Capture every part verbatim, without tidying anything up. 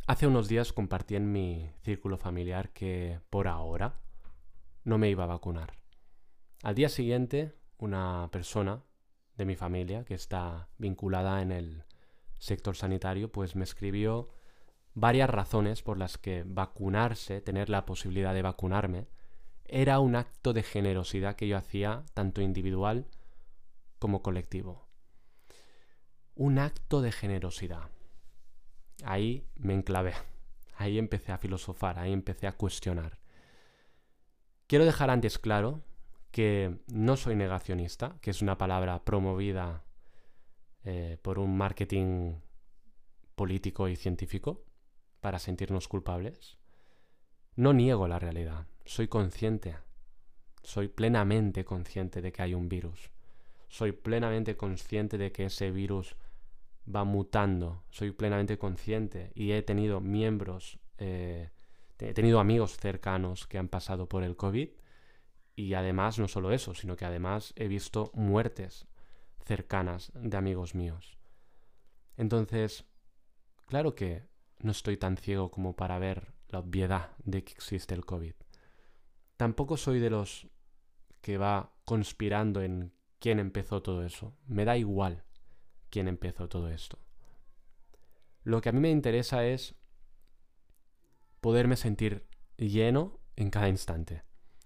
Hace unos días compartí en mi círculo familiar que por ahora no me iba a vacunar. Al día siguiente, una persona de mi familia que está vinculada en el sector sanitario, pues me escribió varias razones por las que vacunarse, tener la posibilidad de vacunarme, era un acto de generosidad que yo hacía tanto individual como colectivo. Un acto de generosidad. Ahí me enclavé, ahí empecé a filosofar, ahí empecé a cuestionar. Quiero dejar antes claro que no soy negacionista, que es una palabra promovida eh, por un marketing político y científico para sentirnos culpables. No niego la realidad, soy consciente, soy plenamente consciente de que hay un virus. Soy plenamente consciente de que ese virus va mutando. Soy plenamente consciente y he tenido miembros, eh, he tenido amigos cercanos que han pasado por el COVID y además no solo eso, sino que además he visto muertes cercanas de amigos míos. Entonces, claro que no estoy tan ciego como para ver la obviedad de que existe el COVID. Tampoco soy de los que va conspirando en quién empezó todo eso. Me da igual quién empezó todo esto. Lo que a mí me interesa es poderme sentir lleno en cada instante.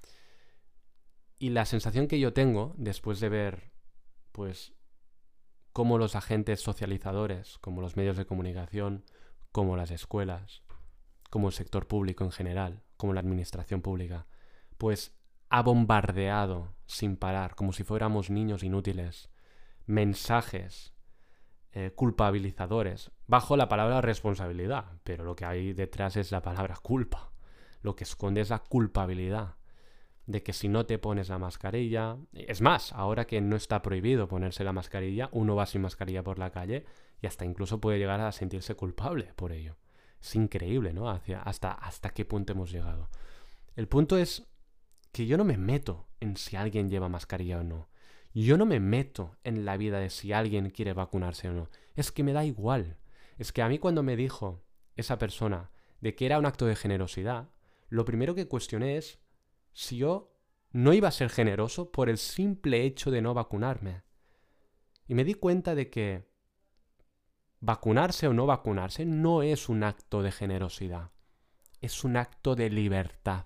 Y la sensación que yo tengo después de ver, pues, cómo los agentes socializadores, como los medios de comunicación, como las escuelas, como el sector público en general, como la administración pública, pues ha bombardeado sin parar, como si fuéramos niños inútiles, mensajes eh, culpabilizadores, bajo la palabra responsabilidad, pero lo que hay detrás es la palabra culpa. Lo que esconde es la culpabilidad de que si no te pones la mascarilla... Es más, ahora que no está prohibido ponerse la mascarilla, uno va sin mascarilla por la calle y hasta incluso puede llegar a sentirse culpable por ello. Es increíble, ¿no? Hacia, hasta, hasta qué punto hemos llegado. El punto es que yo no me meto en si alguien lleva mascarilla o no. Yo no me meto en la vida de si alguien quiere vacunarse o no. Es que me da igual. Es que a mí cuando me dijo esa persona de que era un acto de generosidad, lo primero que cuestioné es si yo no iba a ser generoso por el simple hecho de no vacunarme. Y me di cuenta de que vacunarse o no vacunarse no es un acto de generosidad. Es un acto de libertad.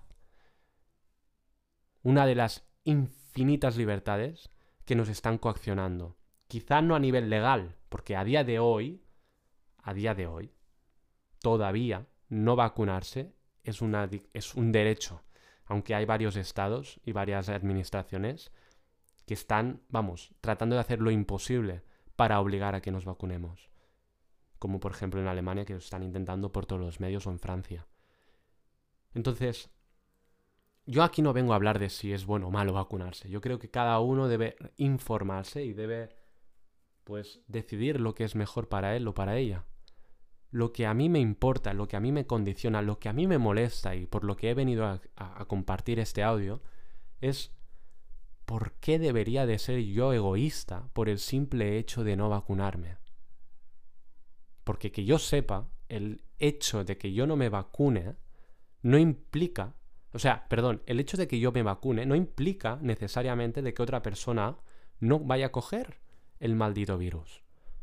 Una de las infinitas libertades que nos están coaccionando. Quizá no a nivel legal, porque a día de hoy, a día de hoy, todavía no vacunarse es, una, es un derecho. Aunque hay varios estados y varias administraciones que están, vamos, tratando de hacer lo imposible para obligar a que nos vacunemos. Como por ejemplo en Alemania, que lo están intentando por todos los medios, o en Francia. Entonces, yo aquí no vengo a hablar de si es bueno o malo vacunarse. Yo creo que cada uno debe informarse y debe, pues, decidir lo que es mejor para él o para ella. Lo que a mí me importa, lo que a mí me condiciona, lo que a mí me molesta y por lo que he venido a, a, a compartir este audio es por qué debería de ser yo egoísta por el simple hecho de no vacunarme. Porque que yo sepa, el hecho de que yo no me vacune no implica, o sea, perdón, el hecho de que yo me vacune no implica necesariamente de que otra persona no vaya a coger el maldito virus.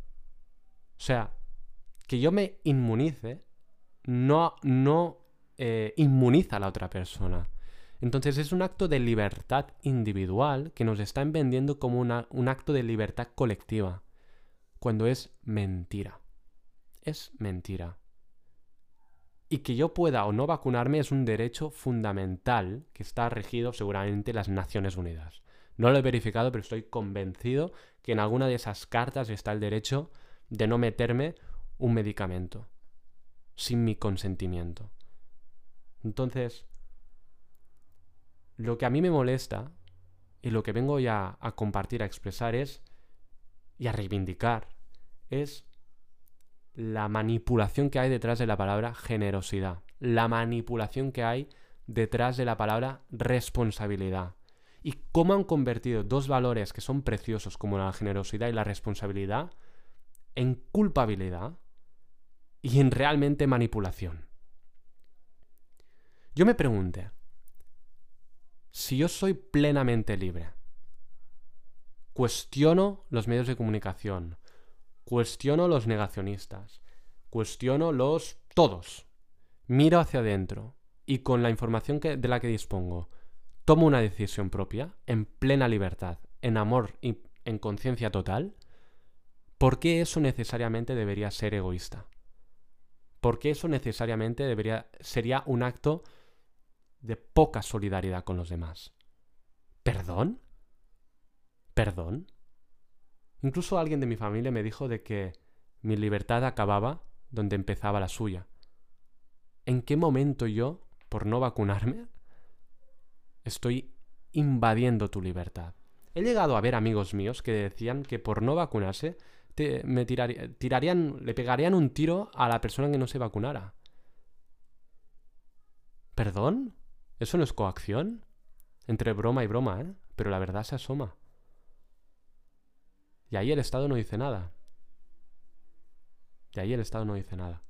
O sea, que yo me inmunice no, no eh, inmuniza a la otra persona. Entonces es un acto de libertad individual que nos están vendiendo como una, un acto de libertad colectiva, cuando es mentira. Es mentira. Y que yo pueda o no vacunarme es un derecho fundamental que está regido seguramente en las Naciones Unidas. No lo he verificado, pero estoy convencido que en alguna de esas cartas está el derecho de no meterme un medicamento sin mi consentimiento. Entonces, lo que a mí me molesta y lo que vengo ya a compartir, a expresar es y a reivindicar es la manipulación que hay detrás de la palabra generosidad, la manipulación que hay detrás de la palabra responsabilidad y cómo han convertido dos valores que son preciosos como la generosidad y la responsabilidad en culpabilidad y en realmente manipulación. Yo me pregunté, si yo soy plenamente libre, cuestiono los medios de comunicación, cuestiono los negacionistas, cuestiono los todos, miro hacia adentro y con la información que, de la que dispongo, tomo una decisión propia, en plena libertad, en amor y en conciencia total, ¿por qué eso necesariamente debería ser egoísta? ¿Por qué eso necesariamente debería, sería un acto de poca solidaridad con los demás? ¿Perdón? ¿Perdón? Incluso alguien de mi familia me dijo de que mi libertad acababa donde empezaba la suya. ¿En qué momento yo, por no vacunarme, estoy invadiendo tu libertad? He llegado a ver amigos míos que decían que por no vacunarse te, me tiraría, tirarían, le pegarían un tiro a la persona que no se vacunara. ¿Perdón? ¿Eso no es coacción? Entre broma y broma, ¿eh? Pero la verdad se asoma. Y ahí el Estado no dice nada. Y ahí el Estado no dice nada.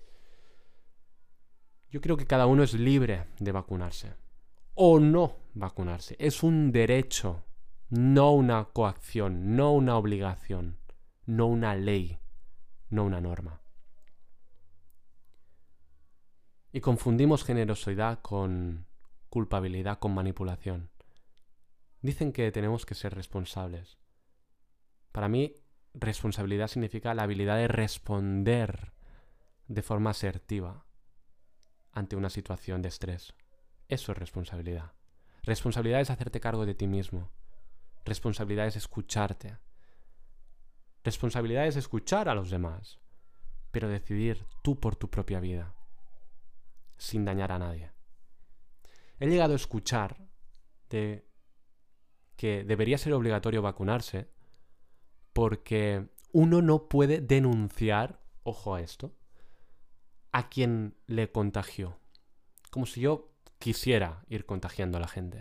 Yo creo que cada uno es libre de vacunarse. O no vacunarse. Es un derecho, no una coacción, no una obligación, no una ley, no una norma. Y confundimos generosidad con culpabilidad, con manipulación. Dicen que tenemos que ser responsables. Para mí, responsabilidad significa la habilidad de responder de forma asertiva ante una situación de estrés. Eso es responsabilidad. Responsabilidad es hacerte cargo de ti mismo. Responsabilidad es escucharte. Responsabilidad es escuchar a los demás, pero decidir tú por tu propia vida, sin dañar a nadie. He llegado a escuchar de que debería ser obligatorio vacunarse porque uno no puede denunciar, ojo a esto, a quien le contagió. Como si yo quisiera ir contagiando a la gente.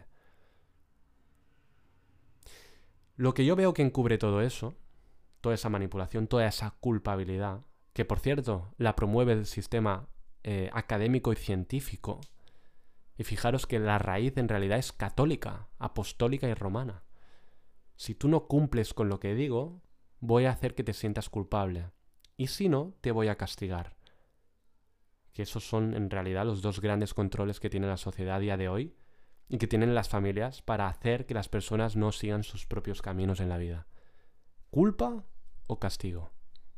Lo que yo veo que encubre todo eso, toda esa manipulación, toda esa culpabilidad, que por cierto la promueve el sistema eh, académico y científico, y fijaros que la raíz en realidad es católica, apostólica y romana. Si tú no cumples con lo que digo, voy a hacer que te sientas culpable. Y si no, te voy a castigar. Que esos son en realidad los dos grandes controles que tiene la sociedad a día de hoy y que tienen las familias para hacer que las personas no sigan sus propios caminos en la vida. ¿Culpa o castigo?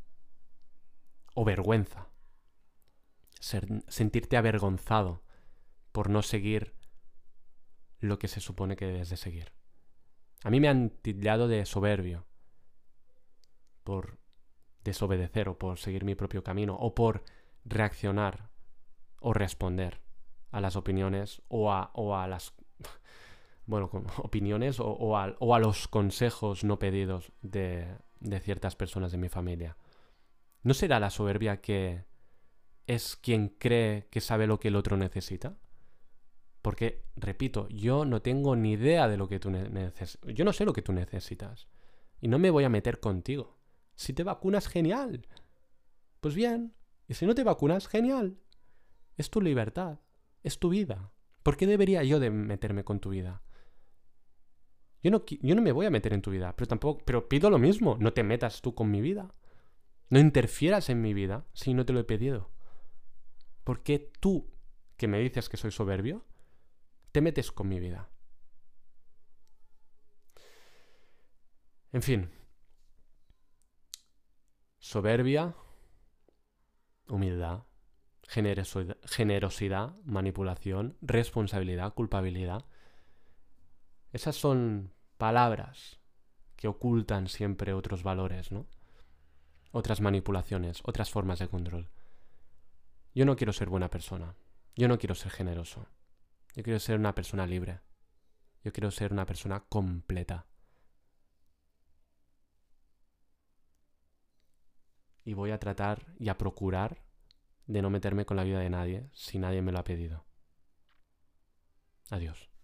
O vergüenza. Ser, sentirte avergonzado por no seguir lo que se supone que debes de seguir. A mí me han tildado de soberbio por desobedecer o por seguir mi propio camino o por reaccionar o responder a las opiniones o a, o a las bueno, opiniones o, o, a, o a los consejos no pedidos de, de ciertas personas de mi familia. ¿No será la soberbia que es quien cree que sabe lo que el otro necesita? Porque, repito, yo no tengo ni idea de lo que tú necesitas. Yo no sé lo que tú necesitas. Y no me voy a meter contigo. Si te vacunas, genial. Pues bien. Y si no te vacunas, genial. Es tu libertad. Es tu vida. ¿Por qué debería yo de meterme con tu vida? Yo no, yo no me voy a meter en tu vida. Pero tampoco, pero pido lo mismo. No te metas tú con mi vida. No interfieras en mi vida si no te lo he pedido. ¿Por qué tú, que me dices que soy soberbio, te metes con mi vida? En fin. Soberbia, humildad, generosidad, generosidad, manipulación, responsabilidad, culpabilidad. Esas son palabras que ocultan siempre otros valores, ¿no? Otras manipulaciones, otras formas de control. Yo no quiero ser buena persona. Yo no quiero ser generoso. Yo quiero ser una persona libre. Yo quiero ser una persona completa. Y voy a tratar y a procurar de no meterme con la vida de nadie si nadie me lo ha pedido. Adiós.